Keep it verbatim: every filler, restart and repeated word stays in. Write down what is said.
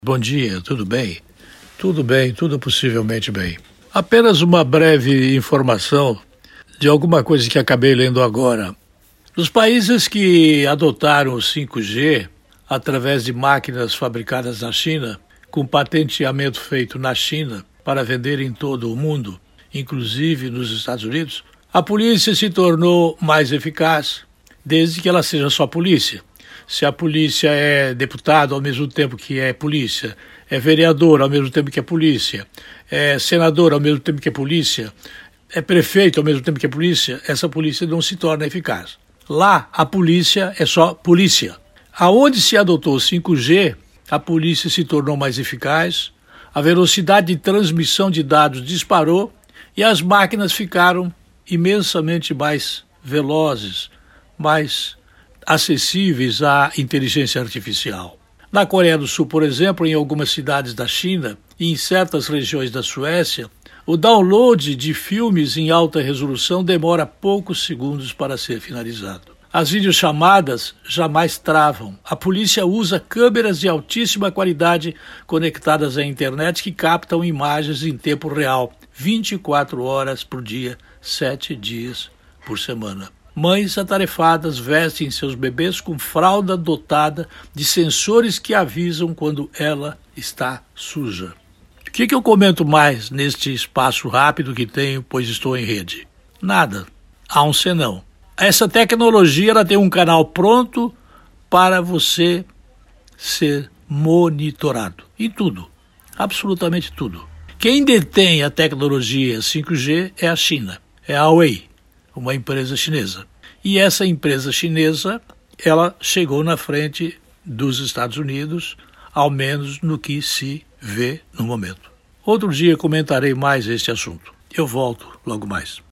Bom dia, tudo bem? Tudo bem, tudo possivelmente bem. Apenas uma breve informação de alguma coisa que acabei lendo agora. Os países que adotaram o cinco G através de máquinas fabricadas na China, com patenteamento feito na China para vender em todo o mundo, inclusive nos Estados Unidos, a polícia se tornou mais eficaz, desde que ela seja só polícia. Se a polícia é deputado ao mesmo tempo que é polícia, é vereador ao mesmo tempo que é polícia, é senador ao mesmo tempo que é polícia, é prefeito ao mesmo tempo que é polícia, essa polícia não se torna eficaz. Lá, a polícia é só polícia. Aonde se adotou o cinco G, a polícia se tornou mais eficaz, a velocidade de transmissão de dados disparou e as máquinas ficaram imensamente mais velozes, mais acessíveis à inteligência artificial. Na Coreia do Sul, por exemplo, em algumas cidades da China e em certas regiões da Suécia, o download de filmes em alta resolução demora poucos segundos para ser finalizado. As videochamadas jamais travam. A polícia usa câmeras de altíssima qualidade conectadas à internet que captam imagens em tempo real, vinte e quatro horas por dia, sete dias por semana. Mães atarefadas vestem seus bebês com fralda dotada de sensores que avisam quando ela está suja. O que, que eu comento mais neste espaço rápido que tenho, pois estou em rede? Nada. Há um senão. Essa tecnologia ela tem um canal pronto para você ser monitorado. Em tudo. Absolutamente tudo. Quem detém a tecnologia cinco G é a China. É a Huawei, uma empresa chinesa. E essa empresa chinesa, ela chegou na frente dos Estados Unidos, ao menos no que se vê no momento. Outro dia comentarei mais este assunto. Eu volto logo mais.